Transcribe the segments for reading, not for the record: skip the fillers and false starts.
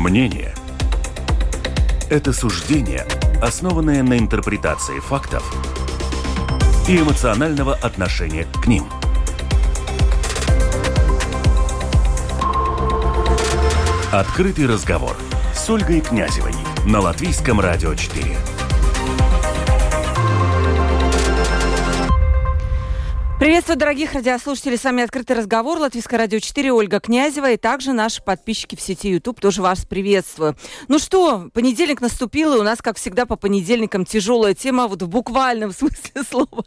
Мнение – это суждение, основанное на интерпретации фактов и эмоционального отношения к ним. Открытый разговор с Ольгой Князевой на Латвийском радио 4. Приветствую, дорогих радиослушателей. С вами «Открытый разговор», Латвийское радио 4, Ольга Князева. И также наши подписчики в сети YouTube. Тоже вас приветствую. Ну что, понедельник наступил, и у нас, как всегда, по понедельникам тяжелая тема, вот в буквальном смысле слова.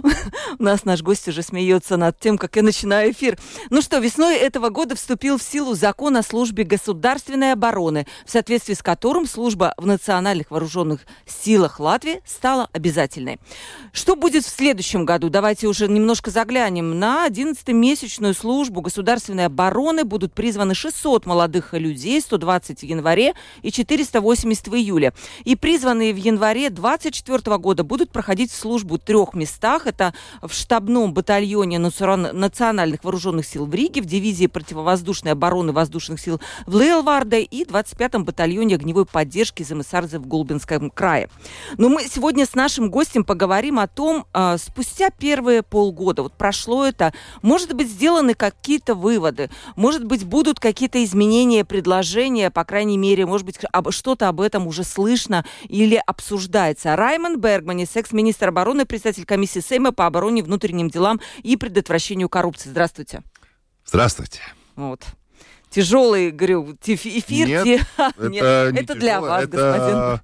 У нас наш гость уже смеется над тем, как я начинаю эфир. Ну что, весной этого года вступил в силу закон о службе государственной обороны, в соответствии с которым служба в национальных вооруженных силах Латвии стала обязательной. Что будет в следующем году? Давайте уже немножко заглянем. На 11-месячную службу государственной обороны будут призваны 600 молодых людей, 120 в январе и 480 в июле. И призванные в январе 2024 года будут проходить службу в 3 местах. Это в штабном батальоне национальных вооруженных сил в Риге, в дивизии противовоздушной обороны воздушных сил в Лейлварде и 25-м батальоне огневой поддержки ЗМСРЗ в Гулбинском крае. Но мы сегодня с нашим гостем поговорим о том, спустя первые полгода, вот прошло это, может быть, сделаны какие-то выводы, может быть, будут какие-то изменения, предложения, по крайней мере, может быть, что-то об этом уже слышно или обсуждается. Раймонд Бергманис, экс-министр обороны, председатель комиссии Сейма по обороне, внутренним делам и предотвращению коррупции. Здравствуйте. Здравствуйте. Вот. Тяжелый, говорю, эфир. Нет, это для вас, господин.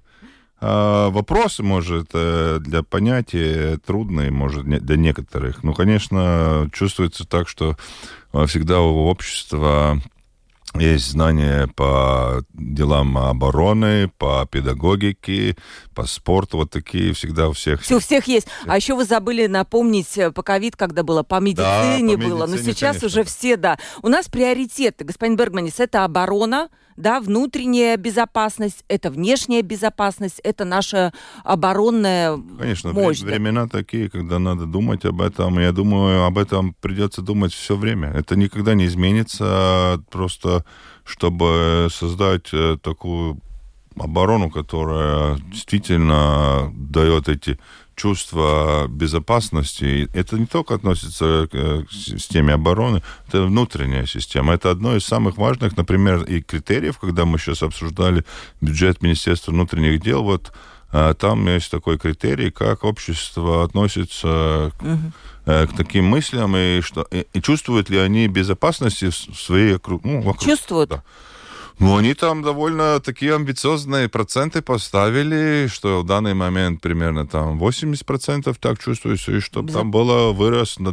Вопросы, может, для понятия трудные, может, для некоторых. Ну, конечно, чувствуется так, что всегда у общества есть знания по делам обороны, по педагогике, по спорту. Вот такие всегда у всех. Все у всех есть. А еще вы забыли напомнить по ковид, когда было, по медицине было. Но сейчас конечно. Уже все, да. У нас приоритеты, господин Бергманис, это оборона, да, внутренняя безопасность, это внешняя безопасность, это наша оборонная конечно, мощь. Времена такие, когда надо думать об этом. Я думаю, об этом придется думать все время. Это никогда не изменится, просто чтобы создать такую оборону, которая действительно дает эти чувство безопасности. Это не только относится к системе обороны, это внутренняя система. Это одно из самых важных, например, и критериев, когда мы сейчас обсуждали бюджет Министерства внутренних дел, вот там есть такой критерий, как общество относится к таким мыслям, и чувствуют ли они безопасность в своей вокруг. Чувствуют. Да. Ну, они там довольно такие амбициозные проценты поставили, что в данный момент примерно там 80% так чувствуется, и чтобы там было вырос до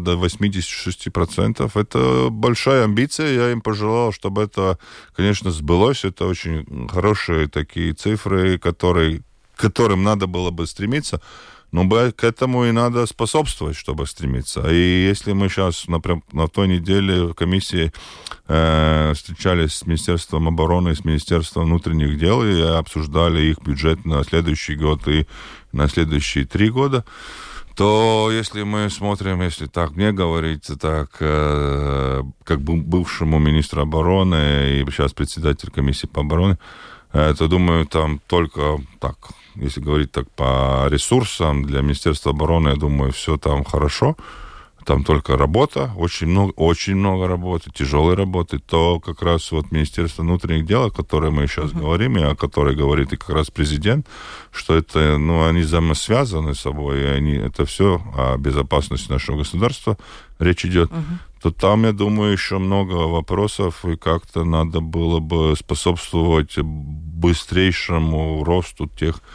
86%. Это большая амбиция, я им пожелал, чтобы это, конечно, сбылось. Это очень хорошие такие цифры, к которым надо было бы стремиться. Но к этому и надо способствовать, чтобы стремиться. И если мы сейчас, например, на той неделе в комиссии встречались с Министерством обороны и с Министерством внутренних дел и обсуждали их бюджет на следующий год и на следующие 3 года, то если мы смотрим, если так не говорить, так как бывшему министру обороны и сейчас председатель комиссии по обороне, то, думаю, там только так, если говорить так по ресурсам для Министерства обороны, я думаю, все там хорошо. Там только работа, очень много работы, тяжелой работы. То как раз вот Министерство внутренних дел, о котором мы сейчас говорим, и о которой говорит и как раз президент, что это, они взаимосвязаны с собой, и это все о безопасности нашего государства речь идет. То там, я думаю, еще много вопросов, и как-то надо было бы способствовать быстрейшему росту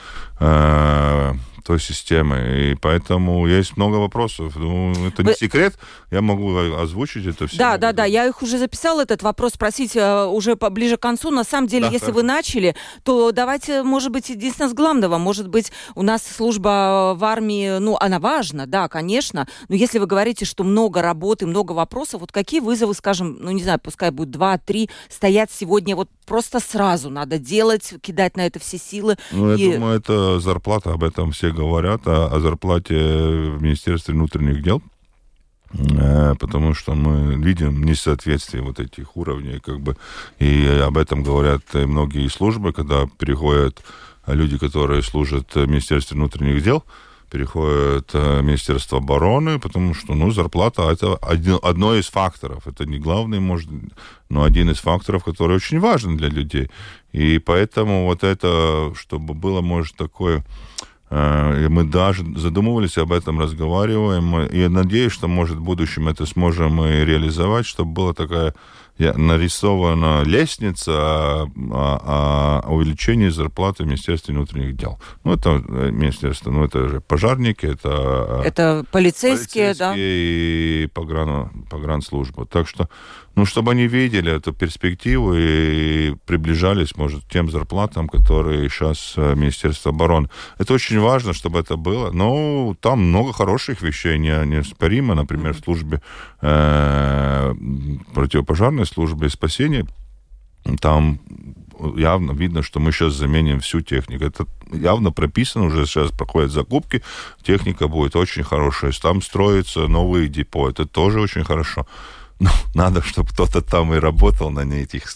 той системы. И поэтому есть много вопросов. Это не секрет, я могу озвучить это все. Да, я их уже записала, этот вопрос, спросить уже ближе к концу. На самом деле, если вы начали, то давайте, может быть, единственное с главного. Может быть, у нас служба в армии, она важна, да, конечно, но если вы говорите, что много работы, много вопросов, вот какие вызовы, скажем, не знаю, пускай будет 2-3, стоят сегодня, вот просто сразу надо делать, кидать на это все силы? Я думаю, это зарплата, об этом все говорят, о зарплате в Министерстве внутренних дел. потому что мы видим несоответствие вот этих уровней, как бы, и об этом говорят многие службы, когда переходят люди, которые служат в Министерстве внутренних дел, переходят в Министерство обороны, потому что, зарплата – это одно из факторов. Это не главный, может, но один из факторов, который очень важен для людей. И поэтому вот это, чтобы было, может, такое... Мы даже задумывались об этом, разговариваем. И я надеюсь, что, может, в будущем это сможем и реализовать, чтобы была такая нарисована лестница о увеличении зарплаты в Министерстве внутренних дел. Это министерство, это же пожарники, это полицейские, да, и погранслужба. Так что, чтобы они видели эту перспективу и приближались, может, к тем зарплатам, которые сейчас Министерство обороны. Это очень важно, чтобы это было. Но там много хороших вещей, неоспоримо, например, в службе противопожарной службы спасения. Там явно видно, что мы сейчас заменим всю технику. Это явно прописано, уже сейчас проходят закупки, техника будет очень хорошая. Там строятся новые депо, это тоже очень хорошо. Надо, чтобы кто-то там и работал на этих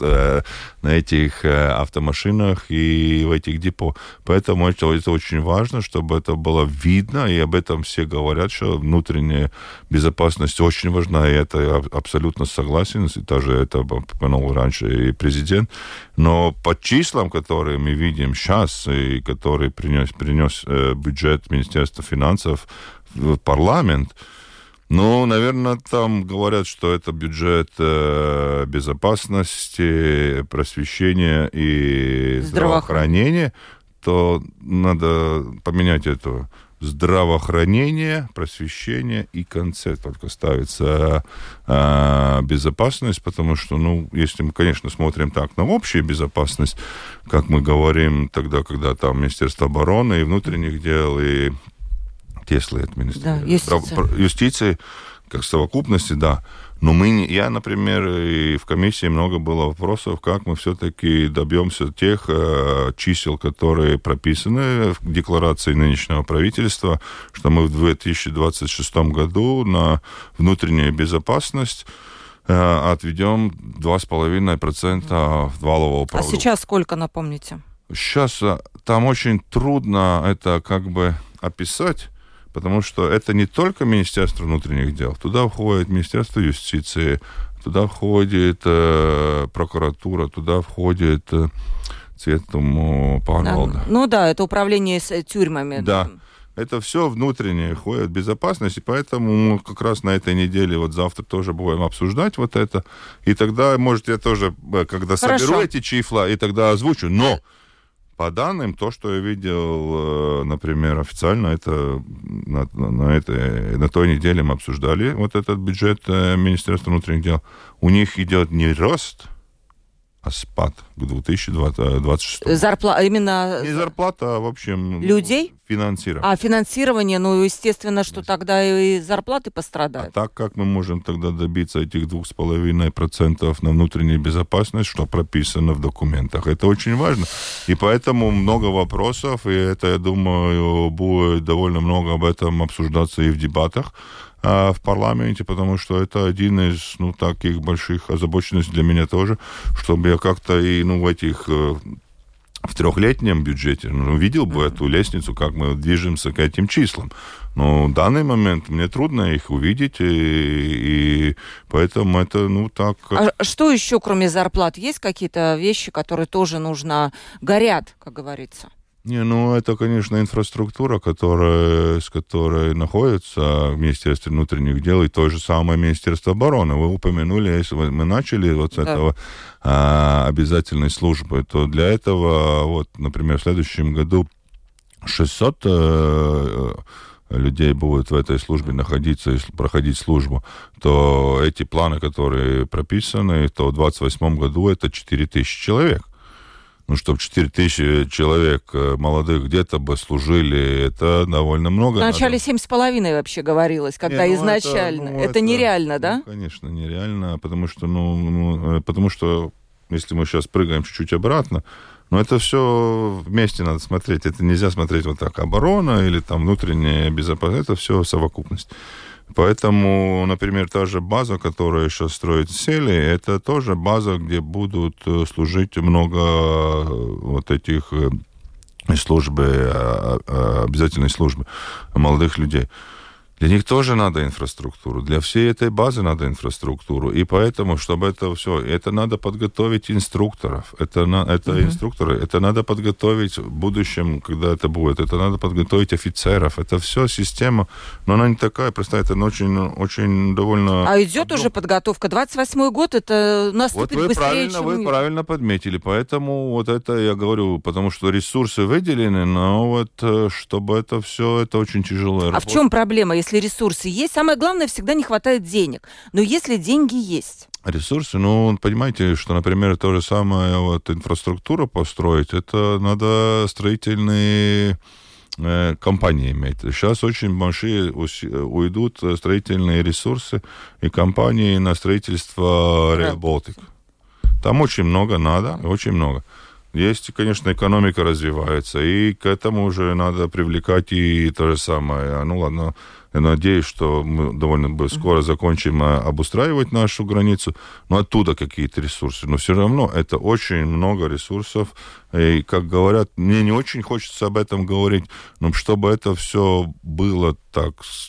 автомашинах и в этих депо. Поэтому это очень важно, чтобы это было видно, и об этом все говорят, что внутренняя безопасность очень важна, и это я абсолютно согласен, и даже это упомянул раньше и президент. Но по числам, которые мы видим сейчас, и которые принес бюджет Министерства финансов в парламент, наверное, там говорят, что это бюджет безопасности, просвещения и здравоохранения, то надо поменять это. Здравоохранение, просвещение и конце только ставится безопасность, потому что, если мы, конечно, смотрим так на общую безопасность, как мы говорим тогда, когда там Министерство обороны и внутренних дел, и Тесла, это Министерство юстиции, как совокупности, да. Но я, например, и в комиссии много было вопросов, как мы все-таки добьемся тех чисел, которые прописаны в декларации нынешнего правительства, что мы в 2026 году на внутреннюю безопасность отведем 2,5% валового продукта. А сейчас сколько, напомните? Сейчас там очень трудно это описать, потому что это не только Министерство внутренних дел. Туда входит Министерство юстиции, туда входит прокуратура, туда входит Pārvalde. Это управление с тюрьмами. Да. Это все внутреннее входит в безопасность, и поэтому мы как раз на этой неделе, завтра тоже будем обсуждать вот это. И тогда, может, я тоже, когда соберу эти числа, и тогда озвучу. Но по данным, то, что я видел, например, официально, это на той неделе мы обсуждали вот этот бюджет Министерства внутренних дел. У них идет не рост, а спад к 2026. Именно... Не зарплата, а в общем... Людей? Финансирование. А финансирование, естественно, что тогда и зарплаты пострадают. А так как мы можем тогда добиться этих 2,5% на внутреннюю безопасность, что прописано в документах? Это очень важно. И поэтому много вопросов, и это, я думаю, будет довольно много об этом обсуждаться и в дебатах в парламенте, потому что это один из, таких больших озабоченностей для меня тоже, чтобы я как-то и, в этих... в трехлетнем бюджете, видел бы эту лестницу, как мы движемся к этим числам. Но в данный момент мне трудно их увидеть, и поэтому это, так... А что еще, кроме зарплат? Есть какие-то вещи, которые тоже горят, как говорится? Это, конечно, инфраструктура, с которой находится в Министерстве внутренних дел и то же самое Министерство обороны. Вы упомянули, если мы начали с этого обязательной службы, то для этого, например, в следующем году 600 людей будут в этой службе находиться и проходить службу, то эти планы, которые прописаны, то в 2028 году это 4000 человек. Чтобы 4000 человек молодых где-то бы служили, это довольно много. Вначале 7,5 вообще говорилось, когда изначально. Это нереально, да? Конечно, нереально, потому что если мы сейчас прыгаем чуть-чуть обратно, это все вместе надо смотреть. Это нельзя смотреть вот так, оборона или там внутренняя безопасность, это все совокупность. Поэтому, например, та же база, которая сейчас строит Сели, это тоже база, где будут служить много вот этих службы, обязательной службы молодых людей. Для них тоже надо инфраструктуру. Для всей этой базы надо инфраструктуру. И поэтому, чтобы это все... Это надо подготовить инструкторов. Инструкторы. Это надо подготовить в будущем, когда это будет. Это надо подготовить офицеров. Это все система. Но она не такая простая. Это очень довольно... А идет уже подготовка. 28-й год, это наступит вот быстрее, чем... Вы правильно подметили. Поэтому вот это я говорю, потому что ресурсы выделены, но вот чтобы это все, это очень тяжело. А в чем проблема? Если ресурсы есть, самое главное, всегда не хватает денег. Но если деньги есть... Ресурсы, понимаете, что, например, то же самое, вот инфраструктуру построить, это надо строительные компании иметь. Сейчас очень большие уйдут строительные ресурсы и компании на строительство Rail Baltic. Там очень много надо, очень много. Есть, конечно, экономика развивается, и к этому уже надо привлекать и то же самое. Ну, ладно, я надеюсь, что мы довольно скоро закончим обустраивать нашу границу, но оттуда какие-то ресурсы. Но все равно это очень много ресурсов, и, как говорят, мне не очень хочется об этом говорить, но чтобы это все было так,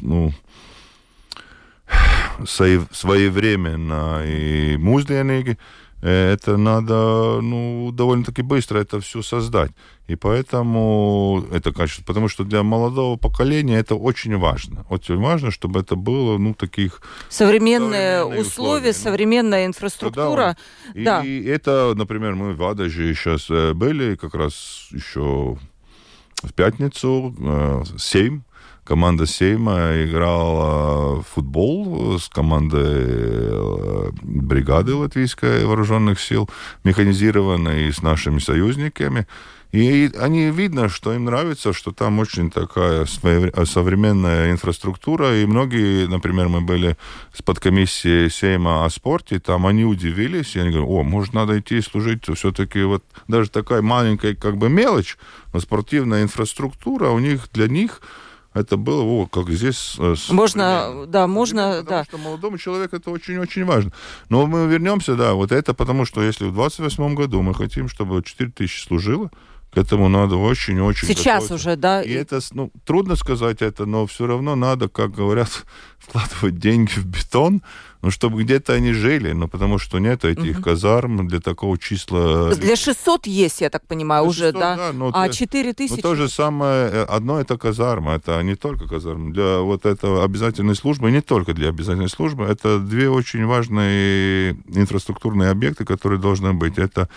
своевременно и mūsdienīgi, это надо, довольно-таки быстро это все создать. И поэтому это качество, потому что для молодого поколения это очень важно. Очень важно, чтобы это было, таких... Современные условия, современная инфраструктура. Да. И это, например, мы в Адаже сейчас были как раз еще в пятницу, Сейм. Команда Сейма играла в футбол с командой бригады Латвийской вооруженных сил, механизированной с нашими союзниками. И они видно, что им нравится, что там очень такая современная инфраструктура. И многие, например, мы были с подкомиссией Сейма о спорте, там они удивились, и они говорят, может, надо идти служить, все-таки вот даже такая маленькая мелочь, но спортивная инфраструктура для них это было, как здесь... Можно. Потому что молодому человеку это очень-очень важно. Но мы вернемся, вот это потому, что если в 28 году мы хотим, чтобы 4000 служило, к этому надо очень-очень сейчас готовиться. Уже, да? И это, трудно сказать это, но все равно надо, как говорят, вкладывать деньги в бетон, чтобы где-то они жили, потому что нет этих казарм для такого числа... Для 600 есть, я так понимаю, уже, 600, да? А 4000... то же самое, одно это казарма, это не только казарма. Для вот этого обязательной службы, и не только для обязательной службы, это две очень важные инфраструктурные объекты, которые должны быть. Это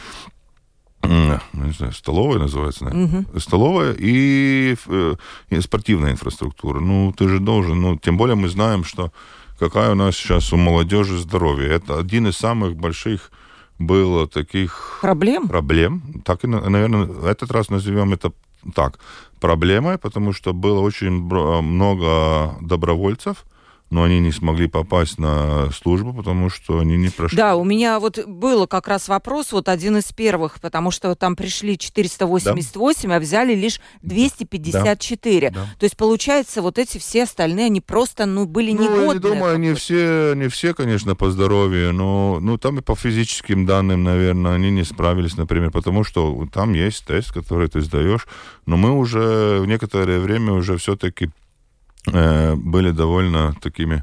не знаю, столовая называется, наверное. Столовая и спортивная инфраструктура. Ты же должен, тем более мы знаем, что какая у нас сейчас у молодежи здоровье. Это один из самых больших было таких... Проблем. Так и, наверное, в этот раз назовем это так. Проблемой, потому что было очень много добровольцев, но они не смогли попасть на службу, потому что они не прошли. Да, у меня было как раз вопрос, один из первых, потому что там пришли 488, а взяли лишь 254. Да. То есть, получается, эти все остальные, они просто, были негодные. Я думаю, не все, конечно, по здоровью, но там и по физическим данным, наверное, они не справились, например, потому что там есть тест, который ты сдаешь, но мы уже в некоторое время уже все-таки были довольно такими,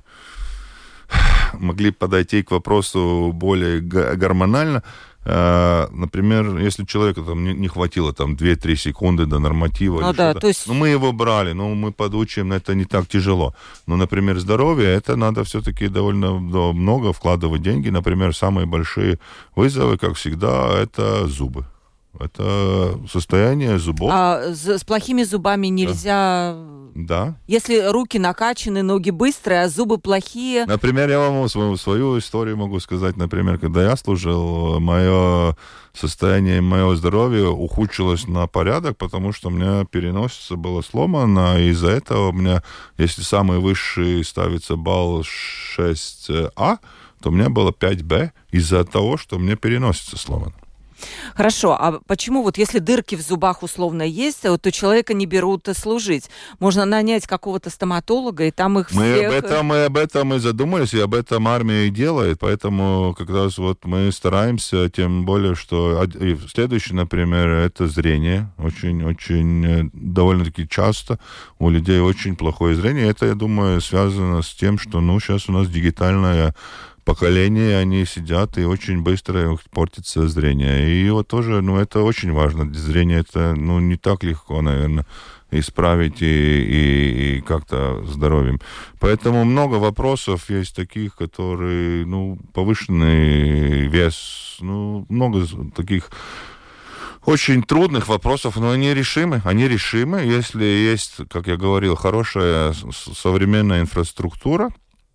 могли подойти к вопросу более гормонально. Например, если человеку не хватило 2-3 секунды до норматива, то есть... мы его брали, мы подучим, это не так тяжело. Но, например, здоровье, это надо все-таки довольно много вкладывать деньги. Например, самые большие вызовы, как всегда, это зубы. Это состояние зубов. А с плохими зубами нельзя... Да. Если руки накачаны, ноги быстрые, а зубы плохие... Например, я вам свою историю могу сказать. Например, когда я служил, мое состояние, мое здоровье ухудшилось на порядок, потому что у меня переносица была сломана, и из-за этого у меня, если самый высший ставится балл 6А, то у меня было 5Б из-за того, что у меня переносица сломана. Хорошо, а почему вот если дырки в зубах условно есть, то человека не берут служить? Можно нанять какого-то стоматолога, и там их всех... Мы об этом и задумались, и об этом армия и делает, поэтому как раз вот мы стараемся, тем более, что следующий, например, это зрение. Очень довольно-таки часто у людей очень плохое зрение. Это, я думаю, связано с тем, что сейчас у нас дигитальное поколение, они сидят, и очень быстро их портится зрение. И вот тоже, это очень важно. Зрение это, не так легко, наверное, исправить и как-то здоровьем. Поэтому много вопросов есть таких, которые, повышенный вес, много таких очень трудных вопросов, но они решимы. Если есть, как я говорил, хорошая современная инфраструктура,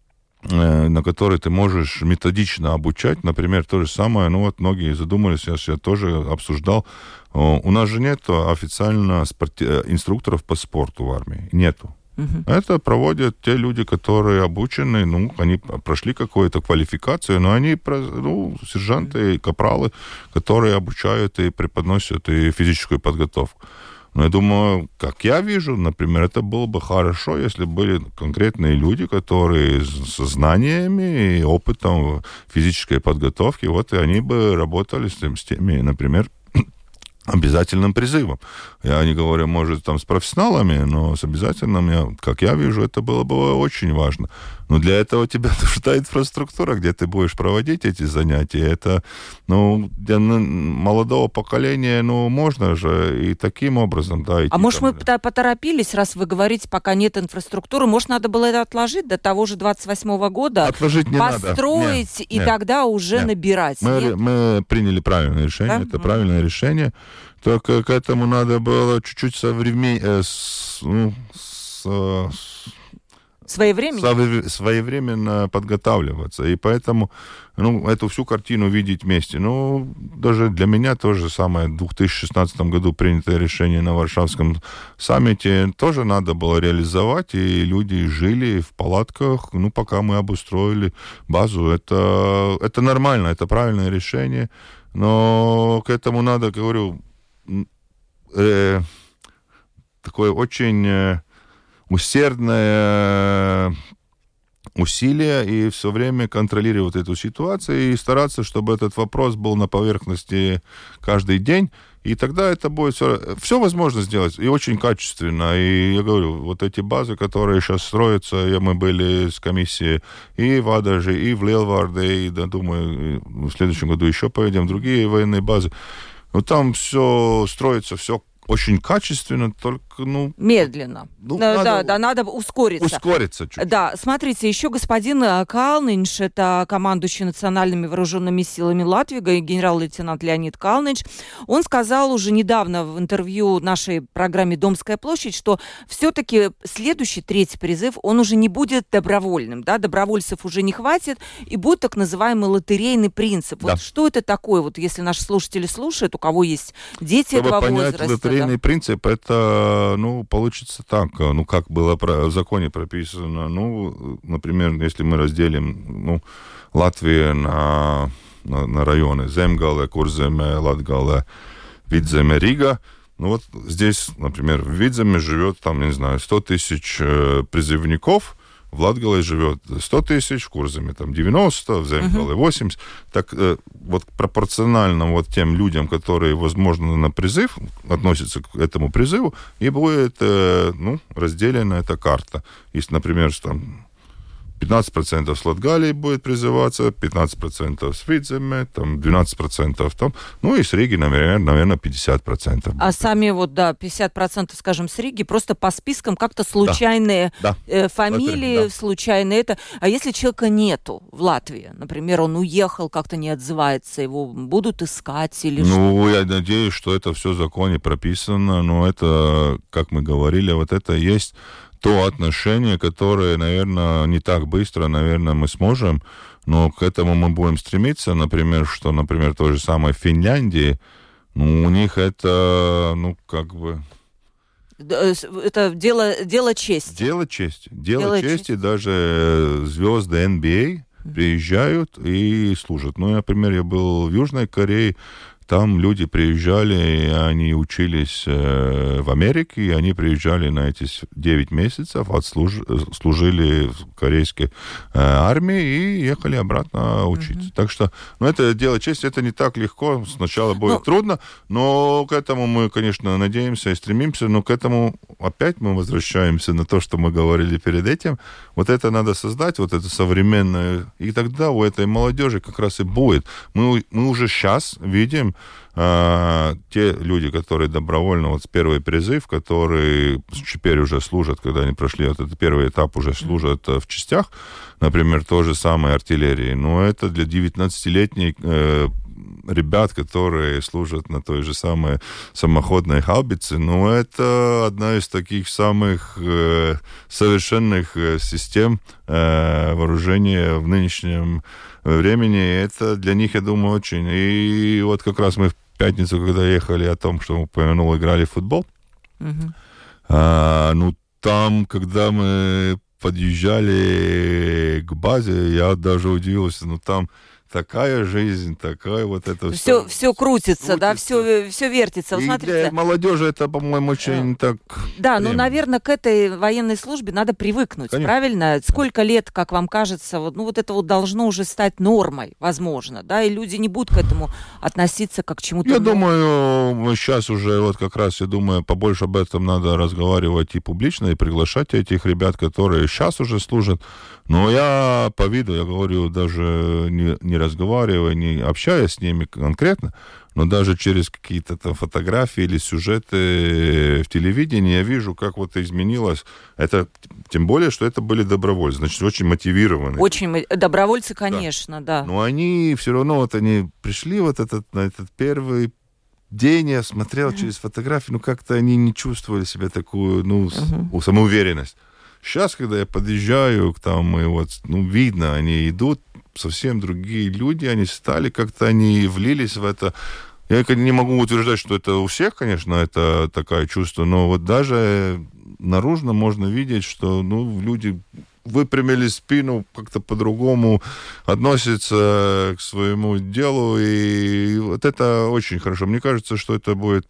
на которой ты можешь методично обучать. Например, то же самое, многие задумались, я тоже обсуждал. У нас же нет официально инструкторов по спорту в армии. Нету. Это проводят те люди, которые обучены, они прошли какую-то квалификацию, но они сержанты и капралы, которые обучают и преподносят и физическую подготовку. Но я думаю, как я вижу, например, это было бы хорошо, если были конкретные люди, которые со знаниями и опытом физической подготовки, и они бы работали с теми, например, обязательным призывом. Я не говорю, может, с профессионалами, но с обязательным, как я вижу, это было бы очень важно. Но для этого тебя нужна инфраструктура, где ты будешь проводить эти занятия. Это, для молодого поколения, можно же и таким образом, да. А может, мы поторопились, раз вы говорите, пока нет инфраструктуры, может, надо было это отложить до того же 28-го года? Отложить не построить надо. Нет, тогда уже набирать. Мы приняли правильное решение, да? Это правильное решение. Только к этому надо было чуть-чуть своевременно подготавливаться. И поэтому эту всю картину видеть вместе. Даже для меня то же самое в 2016 году принятое решение на Варшавском саммите тоже надо было реализовать, и люди жили в палатках, пока мы обустроили базу. Это нормально, это правильное решение, но к этому надо, говорю, такое очень усердное усилие и все время контролировать эту ситуацию и стараться, чтобы этот вопрос был на поверхности каждый день. И тогда это будет все возможно сделать, и очень качественно. И я говорю, вот эти базы, которые сейчас строятся, мы были с комиссией и в Адаже, и в Лелварде, и, думаю, в следующем году еще поедем в другие военные базы. Там все строится, все очень качественно, только, медленно. Надо ускориться. Ускориться чуть-чуть. Да, смотрите, еще господин Калнинш, это командующий национальными вооруженными силами Латвии, генерал-лейтенант Леонид Калнинш, он сказал уже недавно в интервью нашей программе «Домская площадь», что все-таки следующий, третий призыв, он уже не будет добровольным, да, добровольцев уже не хватит, и будет так называемый лотерейный принцип. Да. Вот что это такое, вот если наши слушатели слушают, у кого есть дети Чтобы этого понять возраста? Лотерейный принцип, это, получится так, как было в законе прописано. Например, если мы разделим Латвию на районы Земгале, Курземе, Латгале, Видземе, Рига. Здесь, например, в Видземе живет, 100 тысяч призывников, в Латгале живет 100 тысяч, в Курземе 90, в Земгале 80. Так пропорционально тем людям, которые, возможно, на призыв, относятся к этому призыву, и будет разделена эта карта. Если, например, 15% с Латгалии будет призываться, 15% с Видземе, 12% и с Риги, наверное, 50%. А сами 50%, скажем, с Риги, просто по спискам как-то случайные фамилии, случайные это. А если человека нету в Латвии, например, он уехал, как-то не отзывается, его будут искать или что? Я надеюсь, что это все в законе прописано, но это, как мы говорили, это есть то отношение, которое, наверное, не так быстро, наверное, мы сможем, но к этому мы будем стремиться, например, то же самое в Финляндии, у них это, Это дело чести. Дело чести. Даже звезды NBA приезжают и служат. Например, я был в Южной Корее, там люди приезжали, они учились в Америке, и они приезжали на эти 9 месяцев, служили в корейской армии и ехали обратно учиться. Так что, это дело чести, это не так легко, сначала будет трудно, но к этому мы, конечно, надеемся и стремимся, но к этому опять мы возвращаемся на то, что мы говорили перед этим. Вот это надо создать, вот это современное, и тогда у этой молодежи как раз и будет. Мы уже сейчас видим те люди, которые добровольно, вот первый призыв, которые теперь уже служат, когда они прошли вот этот первый этап, уже служат в частях, например, той же самой артиллерии. Но это для 19-летних ребят, которые служат на той же самой самоходной хаубице, это одна из таких самых совершенных систем вооружения в нынешнем времени. Это для них, я думаю, очень. И вот как раз мы в пятницу, когда ехали о том, что упомянул, играли в футбол, там, когда мы подъезжали к базе, я даже удивился, там такая жизнь, такая вот это все. Все крутится, да, все вертится. И смотрите, для молодежи это, по-моему, очень так... Да, наверное, к этой военной службе надо привыкнуть, конечно. Правильно? Сколько лет, как вам кажется, вот это вот должно уже стать нормой, возможно, да, и люди не будут к этому относиться как к чему-то... Я думаю, мы сейчас уже, вот как раз, я думаю, побольше об этом надо разговаривать и публично, и приглашать этих ребят, которые сейчас уже служат. Но я по виду, я говорю, даже не разговаривая, не общаясь с ними конкретно, но даже через какие-то там фотографии или сюжеты в телевидении я вижу, как вот изменилось. Это, тем более, что это были добровольцы, значит, очень мотивированные. Очень добровольцы, конечно, да. Но они все равно, вот они пришли на этот первый день, я смотрел через фотографии, как-то они не чувствовали себя такую, самоуверенность. Сейчас, когда я подъезжаю, там, и вот, видно, они идут, совсем другие люди, они стали, как-то они влились в это. Я не могу утверждать, что это у всех, конечно, это такое чувство, но вот даже наружно можно видеть, что, люди выпрямили спину, как-то по-другому относятся к своему делу, и вот это очень хорошо. Мне кажется, что это будет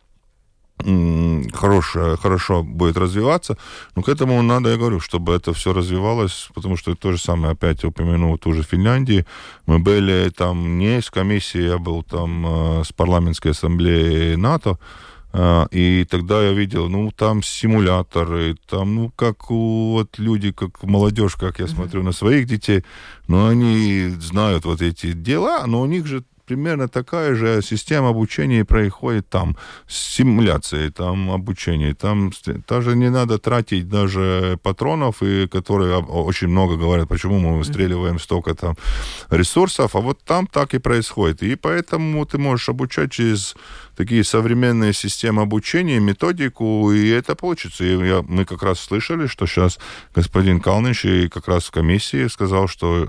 хорошо будет развиваться, но к этому надо, я говорю, чтобы это все развивалось, потому что это то же самое, опять упомяну ту же Финляндию. Мы были там не с комиссией, я был там с парламентской ассамблеей НАТО, и тогда я видел, там симуляторы, там, как вот люди, как молодежь, как я смотрю на своих детей, они знают вот эти дела, но у них же примерно такая же система обучения происходит там, симуляции, там обучение, там даже не надо тратить даже патронов, и которые очень много говорят, почему мы выстреливаем столько там ресурсов, а вот там так и происходит. И поэтому ты можешь обучать через такие современные системы обучения, методику, и это получится. И мы как раз слышали, что сейчас господин Калныш и как раз в комиссии сказал, что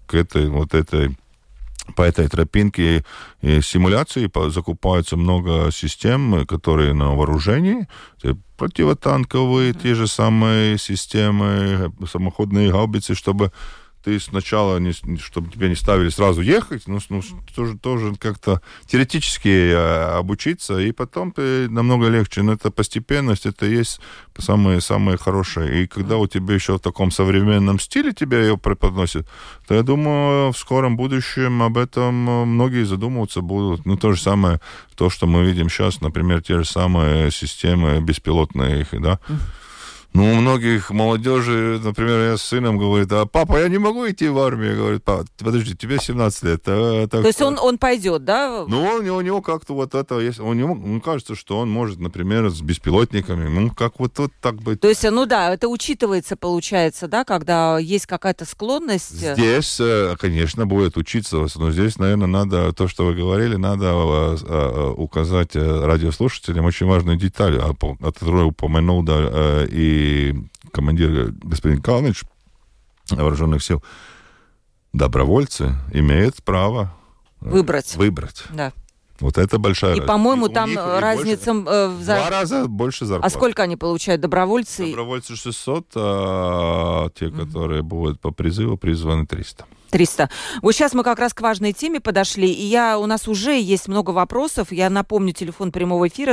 по этой тропинке и симуляции закупаются много систем, которые на вооружении, противотанковые, те же самые системы, самоходные гаубицы, чтобы ты сначала, чтобы тебя не ставили сразу ехать, тоже как-то теоретически обучиться, и потом ты намного легче. Но это постепенность, это есть самое хорошее. И когда у тебя еще в таком современном стиле тебя ее преподносят, то я думаю, в скором будущем об этом многие задумываться будут. То же самое, то, что мы видим сейчас, например, те же самые системы беспилотные, да. У многих молодежи, например, я с сыном говорит, папа, я не могу идти в армию. Говорит, папа, подожди, тебе 17 лет. То есть он пойдет, да? У него как-то вот это есть. Ему кажется, что он может, например, с беспилотниками, как вот так быть. То есть, это учитывается, получается, да, когда есть какая-то склонность? Здесь, конечно, будет учиться, но здесь, наверное, надо, то, что вы говорили, надо указать радиослушателям очень важную деталь, о которой упомянул, да, и командир господин Калныч вооруженных сил. Добровольцы имеют право выбрать. Да. Вот это большая разница. И, по-моему, там разница... в 2 раза больше зарплаты. А сколько они получают, добровольцы? Добровольцы 600, а те, которые будут по призыву, призваны 300. 300. Вот сейчас мы как раз к важной теме подошли, и у нас уже есть много вопросов. Я напомню, телефон прямого эфира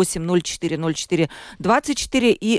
28040424 и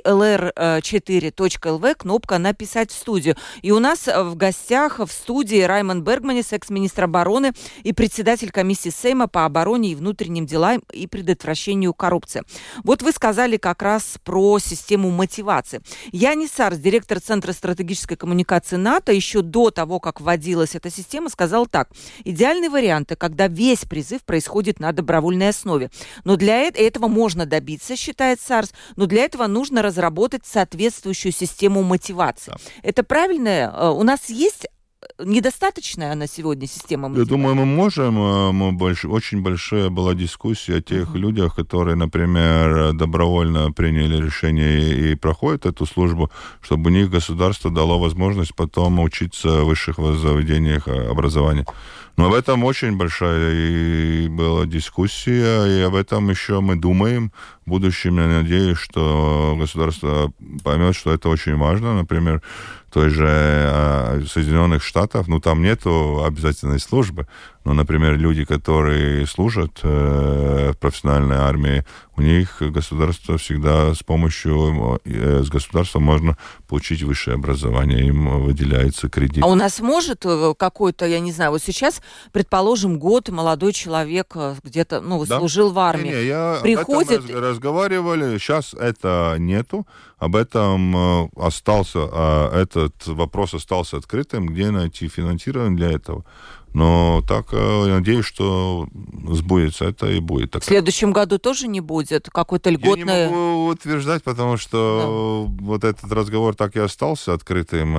lr4.lv, кнопка «Написать в студию». И у нас в гостях в студии Раймонд Бергманис, экс-министр обороны и председатель комиссии Сейма по обороне и внутренним делам и предотвращению коррупции. Вот вы сказали как раз про систему мотивации. Янис Сарс, директор Центра стратегической коммуникации НАТО, еще до того, как вводилась эта система, сказал так: идеальный вариант, когда весь призыв происходит на добровольной основе. Но для этого можно добиться, считает Сарс, но для этого нужно разработать соответствующую систему мотивации. Да. Это правильно? У нас есть недостаточная на сегодня система мотивации? Я думаю, мы можем. Очень большая была дискуссия о тех людях, которые, например, добровольно приняли решение и проходят эту службу, чтобы у них государство дало возможность потом учиться в высших заведениях образования. Но об этом очень большая была дискуссия, и об этом еще мы думаем. В будущем, я надеюсь, что государство поймет, что это очень важно. Например, той же Соединенных Штатах, там нету обязательной службы, но, например, люди, которые служат в профессиональной армии, у них государство всегда с государства можно получить высшее образование, им выделяется кредит. А у нас может какой-то, я не знаю, вот сейчас, предположим, год молодой человек где-то, служил в армии, приходит... Об этом разговаривали, сейчас это нету, об этом этот вопрос остался открытым, где найти финансирование для этого. Но так, я надеюсь, что сбудется это и будет. В следующем году тоже не будет какой-то льготный... Я не могу утверждать, потому что вот этот разговор так и остался открытым.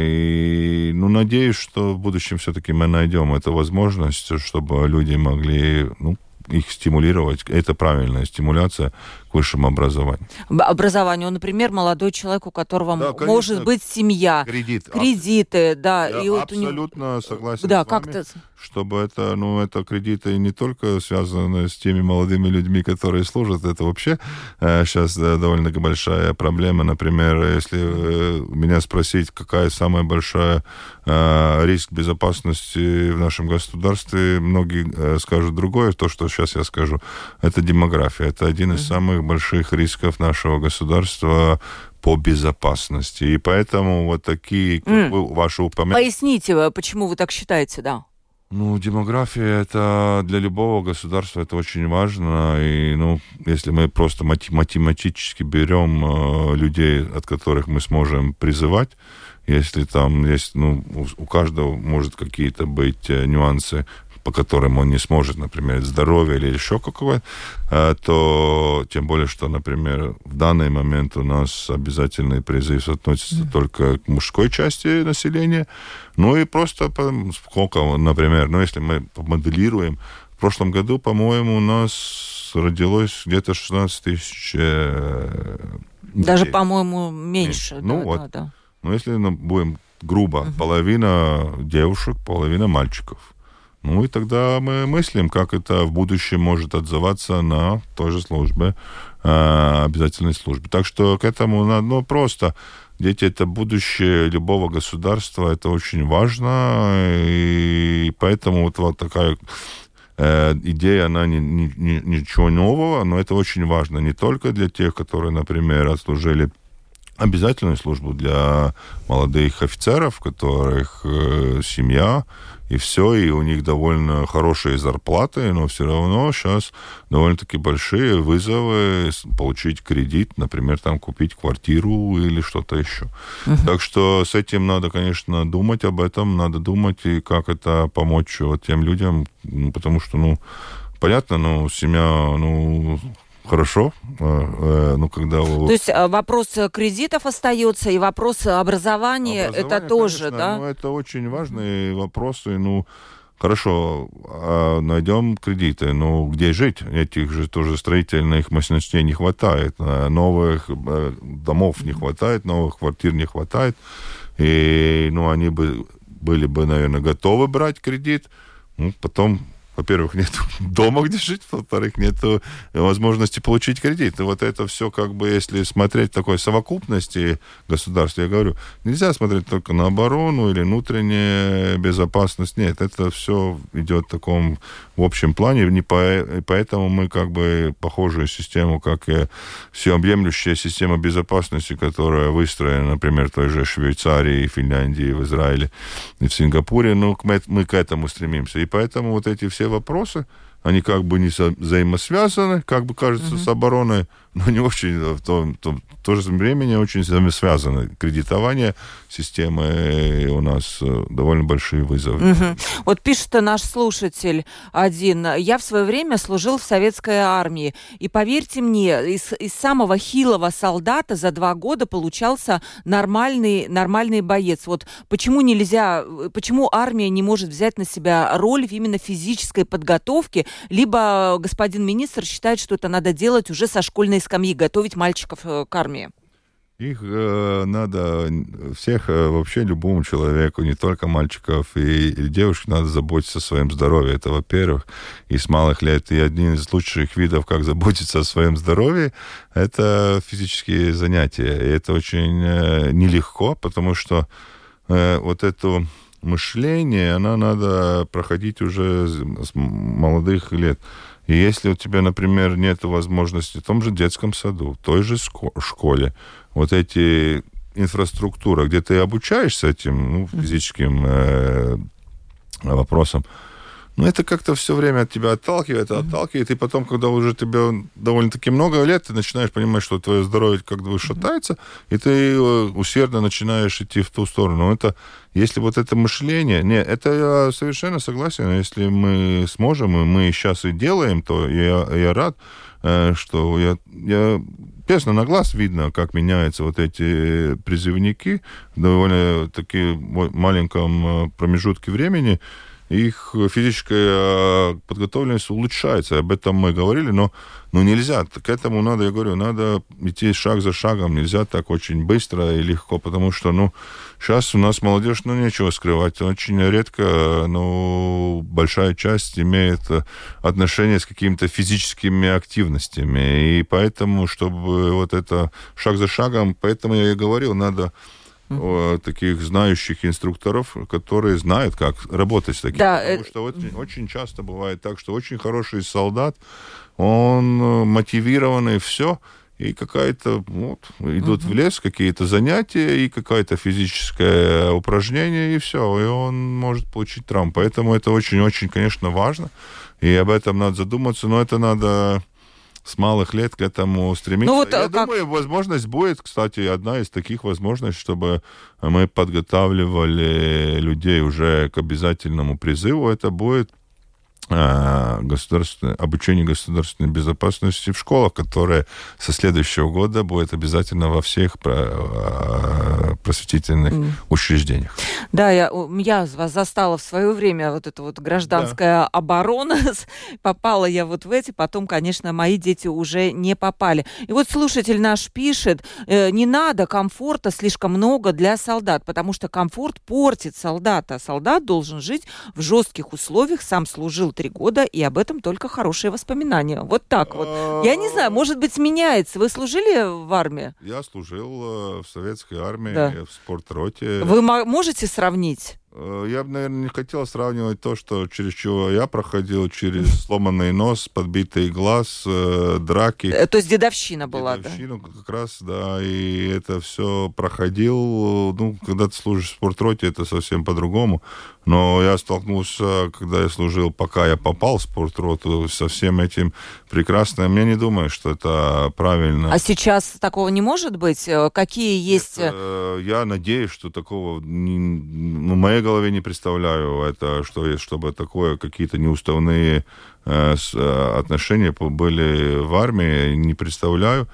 И, надеюсь, что в будущем все-таки мы найдем эту возможность, чтобы люди могли... их стимулировать. Это правильная стимуляция к высшему образованию. Образованию, например, молодой человек, у которого может быть семья, кредиты, да. Я абсолютно согласен с вами, чтобы это кредиты не только связаны с теми молодыми людьми, которые служат, это вообще сейчас довольно большая проблема. Например, если меня спросить, какая самая большая риск безопасности в нашем государстве, многие скажут другое, то, что сейчас я скажу, это демография. Это один из самых больших рисков нашего государства по безопасности. И поэтому вот такие, как ваши упоминания... Поясните, почему вы так считаете, да? Демография, это для любого государства это очень важно. И, если мы просто математически берем людей, от которых мы сможем призывать, если там есть, у каждого может какие-то быть нюансы, по которым он не сможет, например, здоровье или еще какое-то, то тем более, что, например, в данный момент у нас обязательный призыв относится только к мужской части населения. И просто сколько, например, если мы помоделируем, в прошлом году, по-моему, у нас родилось где-то 16 тысяч детей. Даже, по-моему, меньше. Да. Если будем грубо, половина девушек, половина мальчиков. И тогда мы мыслим, как это в будущем может отзываться на той же службе, обязательной службе. Так что к этому надо, просто дети — это будущее любого государства, это очень важно, и поэтому вот такая идея, она ничего нового, но это очень важно не только для тех, которые, например, отслужили обязательную службу, для молодых офицеров, у которых семья, и все, и у них довольно хорошие зарплаты, но все равно сейчас довольно-таки большие вызовы получить кредит, например, там купить квартиру или что-то еще. Так что с этим надо, конечно, думать об этом, надо думать, и как это помочь тем людям, потому что, понятно, семья, хорошо, когда... То есть вопрос кредитов остается, и вопрос образования это тоже, конечно, да? Это очень важные вопросы. Хорошо, найдем кредиты, где жить? Этих же тоже строительных мощностей не хватает, новых домов не хватает, новых квартир не хватает. И, они были бы, наверное, готовы брать кредит, потом во-первых, нет дома, где жить, во-вторых, нет возможности получить кредит. И вот это все, как бы, если смотреть в такой совокупности государства, я говорю, нельзя смотреть только на оборону или внутреннюю безопасность. Нет, это все идет в таком в общем плане, и поэтому мы как бы похожую систему, как и всеобъемлющая система безопасности, которая выстроена, например, в той же Швейцарии, Финляндии, в Израиле и в Сингапуре, мы к этому стремимся. И поэтому вот эти все вопросы, они как бы не взаимосвязаны, как бы кажется, с обороной, но не очень, в то же время очень связаны. Кредитование системы у нас довольно большие вызовы. Вот пишет наш слушатель один. Я в свое время служил в советской армии. И поверьте мне, из самого хилого солдата за 2 года получался нормальный боец. Вот почему армия не может взять на себя роль именно физической подготовки, либо господин министр считает, что это надо делать уже со школьной скамьи, готовить мальчиков к армии? Их надо, всех, вообще любому человеку, не только мальчиков и девушек, надо заботиться о своем здоровье. Это, во-первых, и с малых лет. И один из лучших видов, как заботиться о своем здоровье, это физические занятия. И это очень нелегко, потому что вот это мышление, оно надо проходить уже с молодых лет. И если у тебя, например, нет возможности в том же детском саду, в той же школе, вот эти инфраструктура, где ты обучаешься этим физическим вопросам, это как-то все время от тебя отталкивает, и потом, когда уже тебе довольно-таки много лет, ты начинаешь понимать, что твое здоровье как бы шатается, и ты усердно начинаешь идти в ту сторону. Это, если вот это мышление... Нет, это я совершенно согласен. Если мы сможем, и мы сейчас и делаем, то я рад, что я честно, на глаз видно, как меняются вот эти призывники в довольно-таки маленьком промежутке времени. Их физическая подготовленность улучшается. Об этом мы говорили, но нельзя. К этому надо, я говорю, надо идти шаг за шагом. Нельзя так очень быстро и легко, потому что, сейчас у нас молодежь, нечего скрывать. Очень редко, большая часть имеет отношение с какими-то физическими активностями. И поэтому, чтобы вот это шаг за шагом, поэтому я и говорил, надо таких знающих инструкторов, которые знают, как работать с таким. Да, потому что очень часто бывает так, что очень хороший солдат, он мотивированный, все, и какая-то, идут в лес, какие-то занятия, и какое-то физическое упражнение, и все, и он может получить травму. Поэтому это очень-очень, конечно, важно, и об этом надо задуматься, но это надо с малых лет к этому стремиться. Я думаю, возможность будет, кстати, одна из таких возможностей, чтобы мы подготавливали людей уже к обязательному призыву. Это будет обучение государственной безопасности в школах, которое со следующего года будет обязательно во всех просветительных учреждениях. Да, я вас застала в свое время вот эта вот гражданская оборона. Попала я вот в эти, потом, конечно, мои дети уже не попали. И вот слушатель наш пишет, не надо комфорта слишком много для солдат, потому что комфорт портит солдата. Солдат должен жить в жестких условиях, сам служил 3 года, и об этом только хорошие воспоминания. Вот так вот. Я не знаю, может быть, меняется. Вы служили в армии? Я служил в советской армии, в спортроте. Вы можете сравнить? Я бы, наверное, не хотел сравнивать то, через чего я проходил, через сломанный нос, подбитый глаз, драки. То есть дедовщина была, дедовщину, да? Как раз, да, и это все проходил. Когда ты служишь в спортроте, это совсем по-другому. Но я столкнулся, когда я служил, пока я попал в спортроту, со всем этим прекрасно. Я не думаю, что это правильно. А сейчас такого не может быть? Какие есть... Я надеюсь, что такого... в моей голове не представляю, это, чтобы такое, какие-то неуставные отношения были в армии. Не представляю.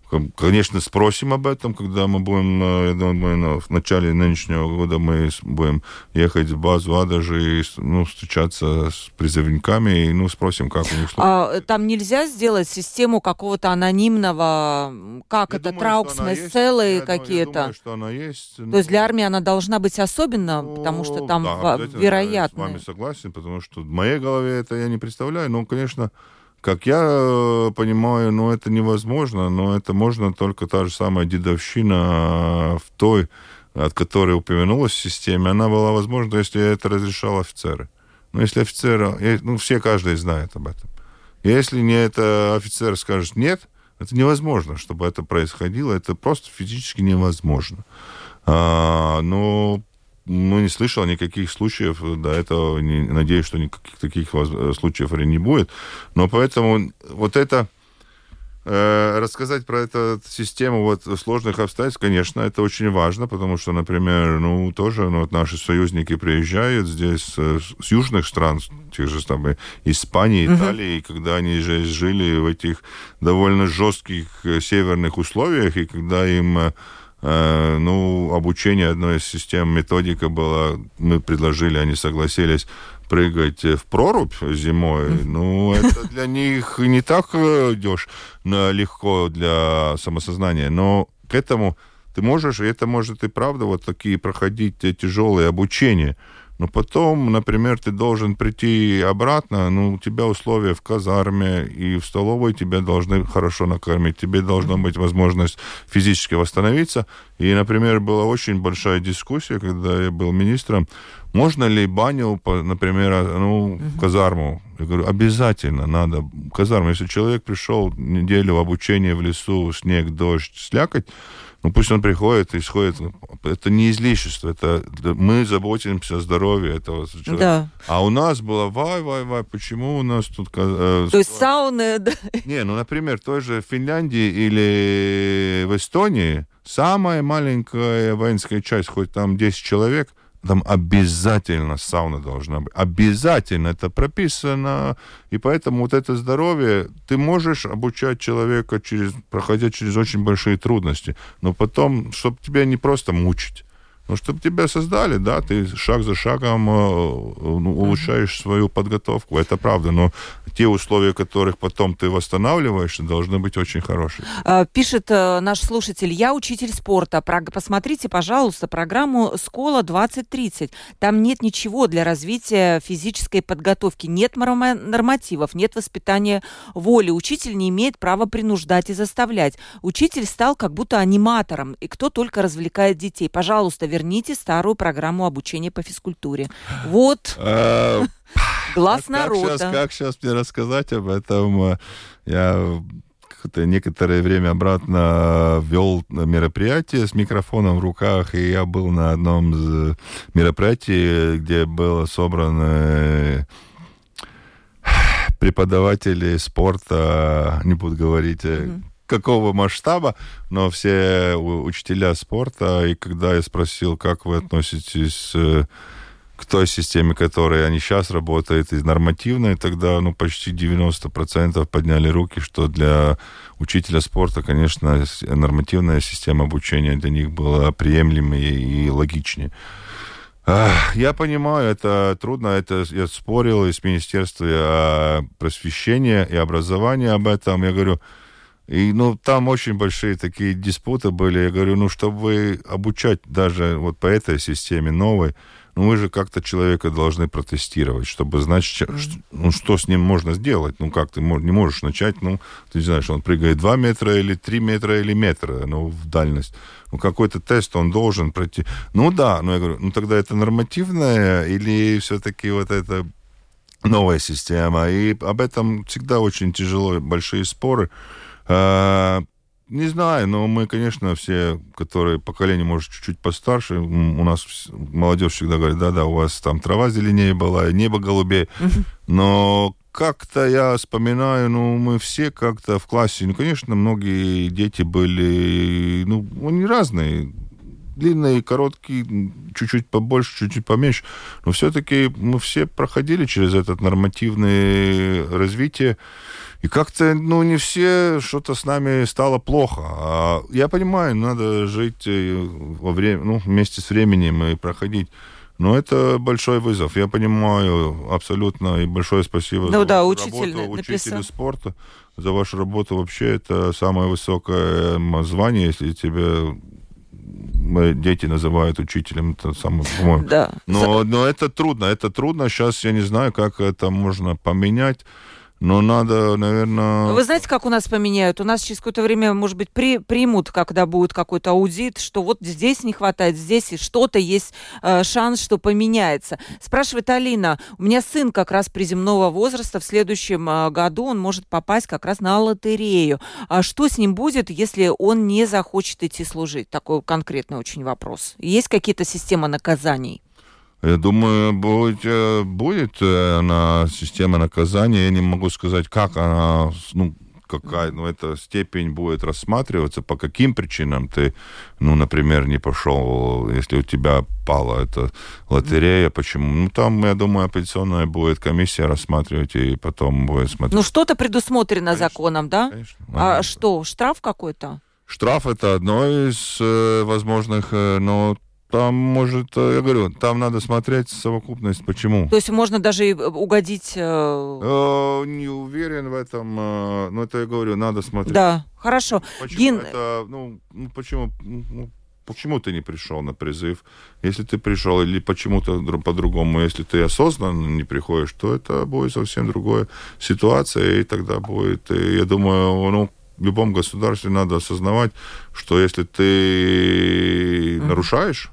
Конечно, спросим об этом, когда мы будем, я думаю, в начале нынешнего года мы будем ехать в базу Адажи и встречаться с призывниками и спросим, как у них. Там нельзя сделать систему какого-то анонимного, трауксмесселы какие-то? Я думаю, что она есть. То есть для армии она должна быть особенно, потому что там вероятно. Я с вами согласен, потому что в моей голове это я не представляю. Но, конечно, как я понимаю, это невозможно, но это можно только та же самая дедовщина в той, от которой упомянулась в системе, она была возможна, если это разрешал офицеры. Но если офицеры, каждый знает об этом. Если не это офицер скажет нет, это невозможно, чтобы это происходило, это просто физически невозможно. Но не слышал никаких случаев до этого, надеюсь, что никаких таких случаев не будет. Но поэтому рассказать про эту систему сложных обстоятельств, конечно, это очень важно, потому что, например, наши союзники приезжают здесь с южных стран, тех же там Испании, Италии, и когда они же жили в этих довольно жестких северных условиях, и когда им обучение одной из систем, методика была, мы предложили, они согласились прыгать в прорубь зимой. Это для них не так легко для самосознания, но к этому ты можешь, и это может и правда такие проходить тяжелые обучения. Но потом, например, ты должен прийти обратно, у тебя условия в казарме и в столовой, тебя должны хорошо накормить, тебе должна быть возможность физически восстановиться. И, например, была очень большая дискуссия, когда я был министром, можно ли баню, например, в казарму? Я говорю, обязательно надо казарму. Если человек пришел неделю в обучение в лесу, снег, дождь, слякоть, пусть он приходит и сходит. Это не излишество. Это мы заботимся о здоровье этого человека. Да. А у нас было, почему у нас тут... То есть сауны... Да. Не, например, в той же Финляндии или в Эстонии самая маленькая воинская часть, хоть там 10 человек, там обязательно сауна должна быть. Обязательно это прописано. И поэтому это здоровье, ты можешь обучать человека, проходя через очень большие трудности. Но потом, чтобы тебя не просто мучить, но чтобы тебя создали, да, ты шаг за шагом улучшаешь свою подготовку. Это правда. Но те условия, которых потом ты восстанавливаешься, должны быть очень хорошие. Пишет наш слушатель, я учитель спорта. Посмотрите, пожалуйста, программу «Школа 2030». Там нет ничего для развития физической подготовки. Нет нормативов, нет воспитания воли. Учитель не имеет права принуждать и заставлять. Учитель стал как будто аниматором, и кто только развлекает детей. Пожалуйста, верните старую программу обучения по физкультуре. Глаз народа. Как сейчас мне рассказать об этом? Я некоторое время обратно вел мероприятие с микрофоном в руках, и я был на одном из мероприятий, где было собрано преподаватели спорта, не буду говорить, какого масштаба, но все учителя спорта, и когда я спросил, как вы относитесь к той системе, которой они сейчас работают, и нормативной, тогда почти 90% подняли руки, что для учителя спорта, конечно, нормативная система обучения для них была приемлемее и логичнее. Я понимаю, это трудно, это я спорил и с Министерством просвещения и образования об этом, я говорю, и, там очень большие такие диспуты были, я говорю, чтобы обучать даже по этой системе новой, вы же как-то человека должны протестировать, чтобы знать, что с ним можно сделать. Как ты не можешь начать, ты не знаешь, он прыгает 2 метра или 3 метра или метра, в дальность. Какой-то тест он должен пройти. Да, я говорю, тогда это нормативная или все-таки это новая система? И об этом всегда очень тяжело, большие споры. Не знаю, но мы, конечно, все, которые поколение, может, чуть-чуть постарше, у нас молодежь всегда говорит, да, у вас там трава зеленее была, и небо голубее. Но как-то я вспоминаю, мы все как-то в классе, конечно, многие дети были, они разные, длинные, короткие, чуть-чуть побольше, чуть-чуть поменьше, но все-таки мы все проходили через это нормативное развитие. И как-то, не все, что-то с нами стало плохо. Я понимаю, надо жить вместе с временем и проходить. Но это большой вызов. Я понимаю абсолютно. И большое спасибо за вашу работу, учителю спорта. За вашу работу вообще это самое высокое звание, если тебе дети называют учителем, это самое, по-моему. Да. Но это трудно. Сейчас я не знаю, как это можно поменять. Но надо, наверное... Вы знаете, как у нас поменяют? У нас через какое-то время, может быть, примут, когда будет какой-то аудит, что вот здесь не хватает, здесь и что-то есть шанс, что поменяется. Спрашивает Алина, у меня сын как раз приземного возраста, в следующем году он может попасть как раз на лотерею. А что с ним будет, если он не захочет идти служить? Такой конкретный очень вопрос. Есть какие-то системы наказаний? Я думаю, будет она система наказания. Я не могу сказать, как она, какая, эта степень будет рассматриваться, по каким причинам ты, например, не пошел, если у тебя пала эта лотерея, почему? Там, я думаю, апелляционная будет комиссия рассматривать и потом будет смотреть. Что-то предусмотрено конечно, законом, да? Конечно. А что, штраф какой-то? Штраф это одно из возможных, но там, я говорю, там надо смотреть совокупность, почему. То есть можно даже и угодить... Не уверен в этом, но это я говорю, надо смотреть. Да, хорошо. Почему почему ты не пришел на призыв? Если ты пришел или почему-то по-другому, если ты осознанно не приходишь, то это будет совсем другая ситуация, и тогда будет, я думаю, в любом государстве надо осознавать, что если ты нарушаешь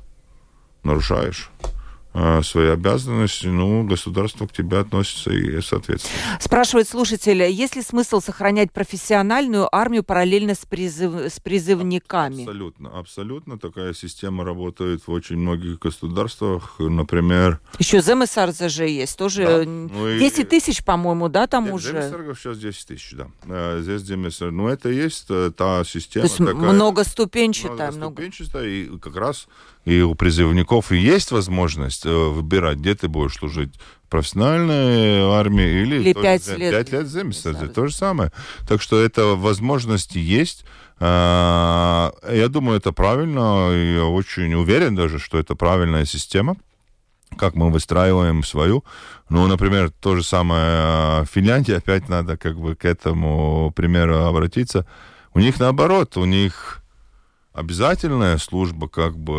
свои обязанности, государство к тебе относится и соответственно. Спрашивает слушатель, есть ли смысл сохранять профессиональную армию параллельно с призывниками? Абсолютно. Такая система работает в очень многих государствах. Например... Еще ЗМСР же есть. Тоже 10 тысяч, по-моему, да, там уже? ЗМСР сейчас 10 тысяч, да. Здесь ЗМСР. Это есть та система. То есть многоступенчатая. И как раз и у призывников и есть возможность выбирать, где ты будешь служить. В профессиональной армии или 5 лет в ЗМСР. То же самое. Так что эта возможность есть. Я думаю, это правильно. Я очень уверен даже, что это правильная система. Как мы выстраиваем свою. Например, то же самое Финляндия. Опять надо к этому примеру обратиться. У них наоборот. У них обязательная служба,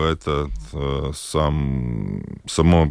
само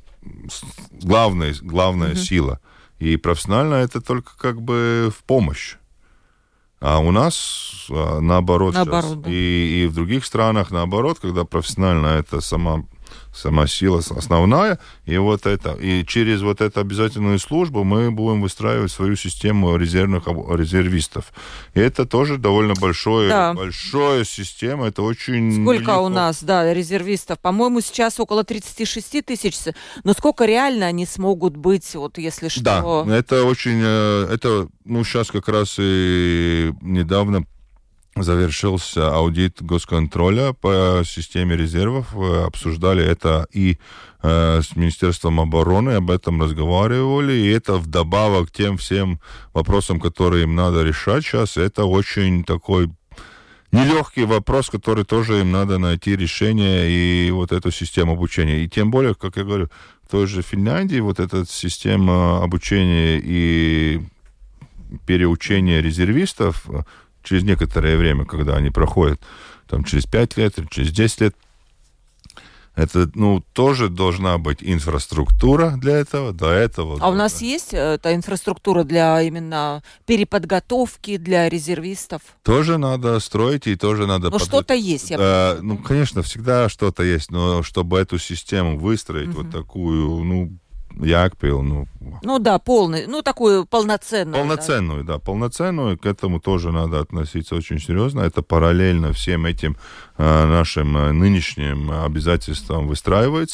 главная сила. И профессионально это только в помощь. А у нас наоборот да. И в других странах наоборот, когда профессионально это сама сила основная, и через эту обязательную службу мы будем выстраивать свою систему резервистов. И это тоже довольно большая система, это очень... Сколько у нас, резервистов? По-моему, сейчас около 36 тысяч. Но сколько реально они смогут быть, если что? Да, это очень... сейчас как раз и недавно завершился аудит госконтроля по системе резервов. Обсуждали это и с Министерством обороны, об этом разговаривали. И это вдобавок к тем всем вопросам, которые им надо решать сейчас. Это очень такой нелегкий вопрос, который тоже им надо найти решение и эту систему обучения. И тем более, как я говорю, в той же Финляндии эта система обучения и переучения резервистов через некоторое время, когда они проходят, через 5 лет, через 10 лет, это, тоже должна быть инфраструктура для этого, А у нас есть эта инфраструктура для именно переподготовки для резервистов? Тоже надо строить, и тоже надо... Но что-то есть, я понимаю. Конечно, всегда что-то есть, но чтобы эту систему выстроить, такую, Jāgpils, полный, такую полноценную. Полноценную, к этому тоже надо относиться очень серьезно. Это параллельно всем этим нашим нынешним обязательствам выстраивается.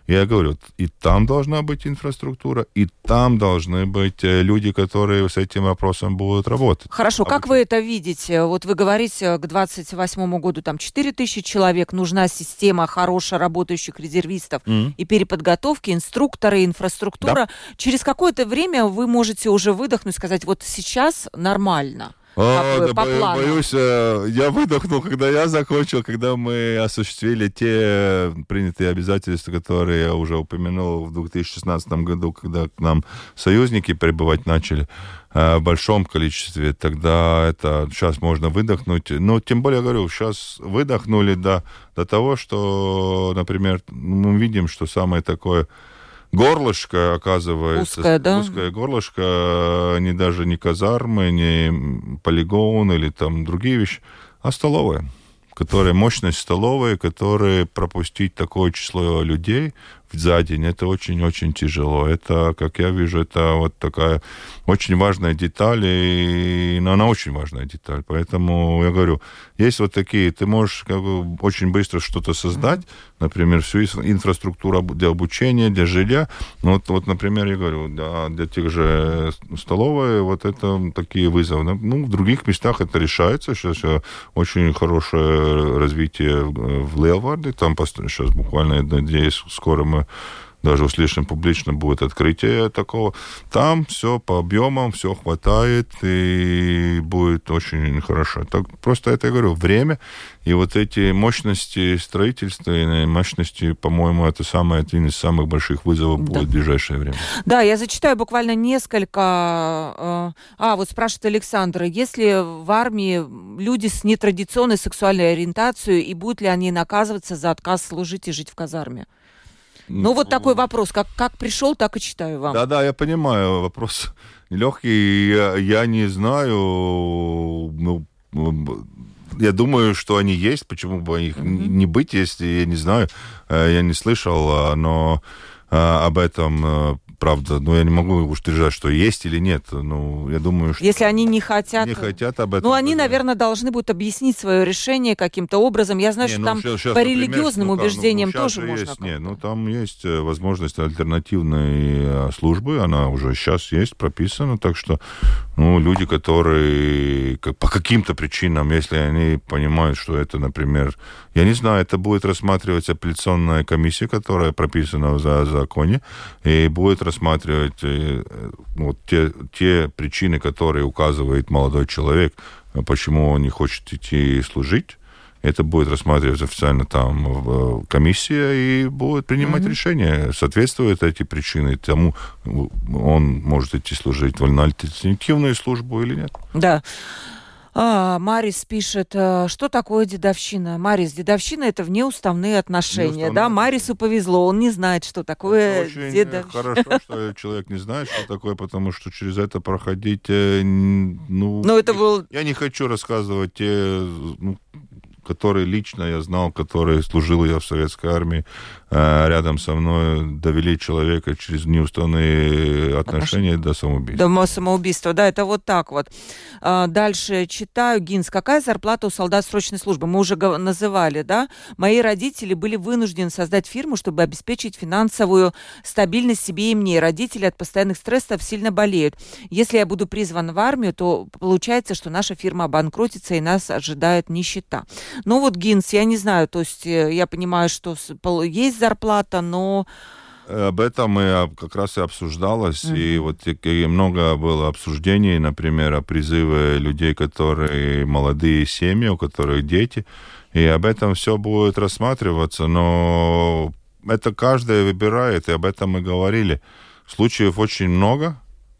Я говорю, и там должна быть инфраструктура, и там должны быть люди, которые с этим вопросом будут работать. Хорошо, как вы это видите? Вот вы говорите, к 2028 году там 4 тысячи человек, нужна система хорошо работающих резервистов и переподготовки, инструкторы, инфраструктура. Да. Через какое-то время вы можете уже выдохнуть, сказать, вот сейчас нормально. Боюсь, я выдохнул, когда я закончил, когда мы осуществили те принятые обязательства, которые я уже упомянул в 2016 году, когда к нам союзники прибывать начали в большом количестве, тогда это сейчас можно выдохнуть. Но тем более, я говорю, сейчас выдохнули до того, что, например, мы видим, что самое такое горлышко, оказывается, узкое горлышко, даже не казармы, не полигон или там другие вещи, а столовая, мощность столовой, которые пропустить такое число людей за день, это очень-очень тяжело. Это, как я вижу, это вот такая очень важная деталь, но она очень важная деталь. Поэтому я говорю, есть вот такие, ты можешь очень быстро что-то создать, например, всю инфраструктуру для обучения, для жилья. Вот, например, я говорю, для тех же столовой, вот это такие вызовы. В других местах это решается. Сейчас очень хорошее развитие в Лелварде. Там сейчас буквально, надеюсь, скоро мы даже услышим публично, будет открытие такого. Там все по объемам, все хватает, и будет очень хорошо. Так, просто это, я говорю, время, и вот эти мощности строительства, и мощности, по-моему, это один из самых больших вызовов будет в ближайшее время. Да, я зачитаю буквально несколько... вот спрашивает Александр, если в армии люди с нетрадиционной сексуальной ориентацией, и будут ли они наказываться за отказ служить и жить в казарме? Вот такой вопрос. Как пришел, так и читаю вам. Да, я понимаю. Вопрос нелегкий. Я не знаю. Я думаю, что они есть. Почему бы их не быть, если я не знаю. Я не слышал, но об этом... Правда, я не могу утверждать, что есть или нет. Я думаю, что... Если они не хотят... Не хотят об этом... они, наверное, должны будут объяснить свое решение каким-то образом. Я знаю, что там сейчас, по религиозным убеждениям тоже можно... Там есть возможность альтернативной службы. Она уже сейчас есть, прописана. Так что люди, которые по каким-то причинам, если они понимают, что это, например... Я не знаю, это будет рассматривать апелляционная комиссия, которая прописана в законе, и будет рассматривать те причины, которые указывает молодой человек, почему он не хочет идти служить. Это будет рассматривать официально там комиссия и будет принимать решение, соответствуют эти причины тому, он может идти служить в альтернативную службу или нет. Да. Марис пишет, что такое дедовщина? Марис, дедовщина – это внеуставные отношения. Да, Марису повезло, он не знает, что такое дедовщина. Хорошо, что человек не знает, что такое, потому что через это проходить... это был... Я не хочу рассказывать те... которые лично я знал, которые служил я в советской армии, рядом со мной довели человека через неуставные отношения до самоубийства. До самоубийства, да, это вот так вот. Дальше читаю. Гинс, какая зарплата у солдат срочной службы? Мы уже называли, да? Мои родители были вынуждены создать фирму, чтобы обеспечить финансовую стабильность себе и мне. Родители от постоянных стрессов сильно болеют. Если я буду призван в армию, то получается, что наша фирма обанкротится и нас ожидает нищета. Гинс, я не знаю, то есть я понимаю, что есть зарплата, но... Об этом как раз и обсуждалось, и много было обсуждений, например, о призыве людей, которые молодые семьи, у которых дети, и об этом все будет рассматриваться, но это каждый выбирает, и об этом мы говорили. Случаев очень много.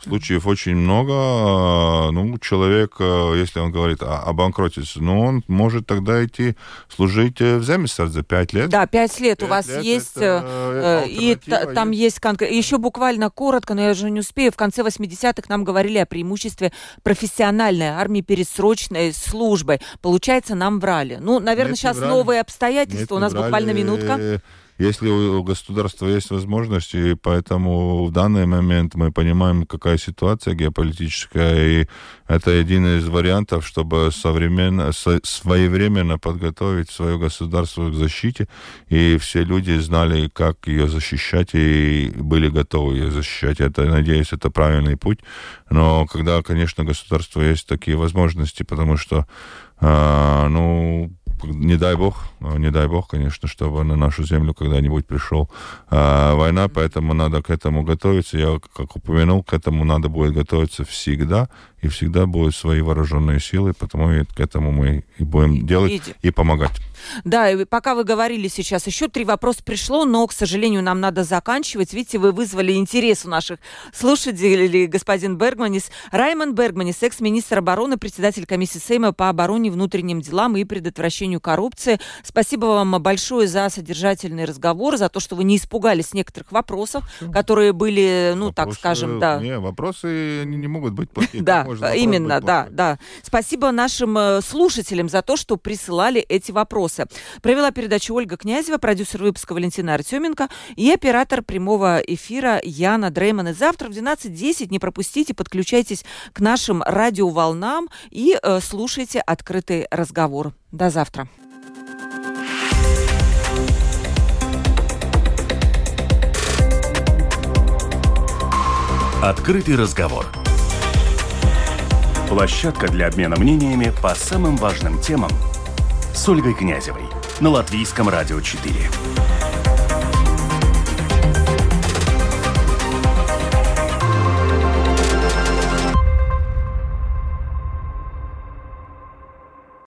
Человек, если он говорит о банкротстве, он может тогда идти служить в Земесардзе 5 лет. Да, 5 лет у вас есть, и там есть конкретно. Еще буквально коротко, но я уже не успею, в конце 80-х нам говорили о преимуществе профессиональной армии перед срочной службой. Получается, нам врали. Наверное, сейчас новые обстоятельства, у нас буквально минутка. если у государства есть возможность, и поэтому в данный момент мы понимаем, какая ситуация геополитическая, и это один из вариантов, чтобы своевременно подготовить свое государство к защите, и все люди знали, как ее защищать, и были готовы ее защищать. Это, надеюсь, это правильный путь. Но когда, конечно, государство есть такие возможности, потому что, не дай бог, конечно, чтобы на нашу землю когда-нибудь пришел война, поэтому надо к этому готовиться. Я, как упомянул, к этому надо будет готовиться всегда, и всегда будут свои вооруженные силы, потому и к этому мы и будем делать и помогать. Да, и пока вы говорили сейчас, еще 3 вопроса пришло, но, к сожалению, нам надо заканчивать. Видите, вы вызвали интерес у наших слушателей, господин Бергманис. Раймонд Бергманис, экс-министр обороны, председатель комиссии Сейма по обороне, внутренним делам и предотвращению коррупции. Спасибо вам большое за содержательный разговор, за то, что вы не испугались некоторых вопросов, которые были, так скажем, да. Не, вопросы не могут быть плохими. Да, именно, да. Спасибо нашим слушателям за то, что присылали эти вопросы. Провела передачу Ольга Князева, продюсер выпуска Валентина Артеменко и оператор прямого эфира Яна Дрейман. И завтра в 12:10 не пропустите, подключайтесь к нашим радиоволнам и слушайте «Открытый разговор». До завтра. «Открытый разговор». Площадка для обмена мнениями по самым важным темам с Ольгой Князевой на Латвийском радио 4.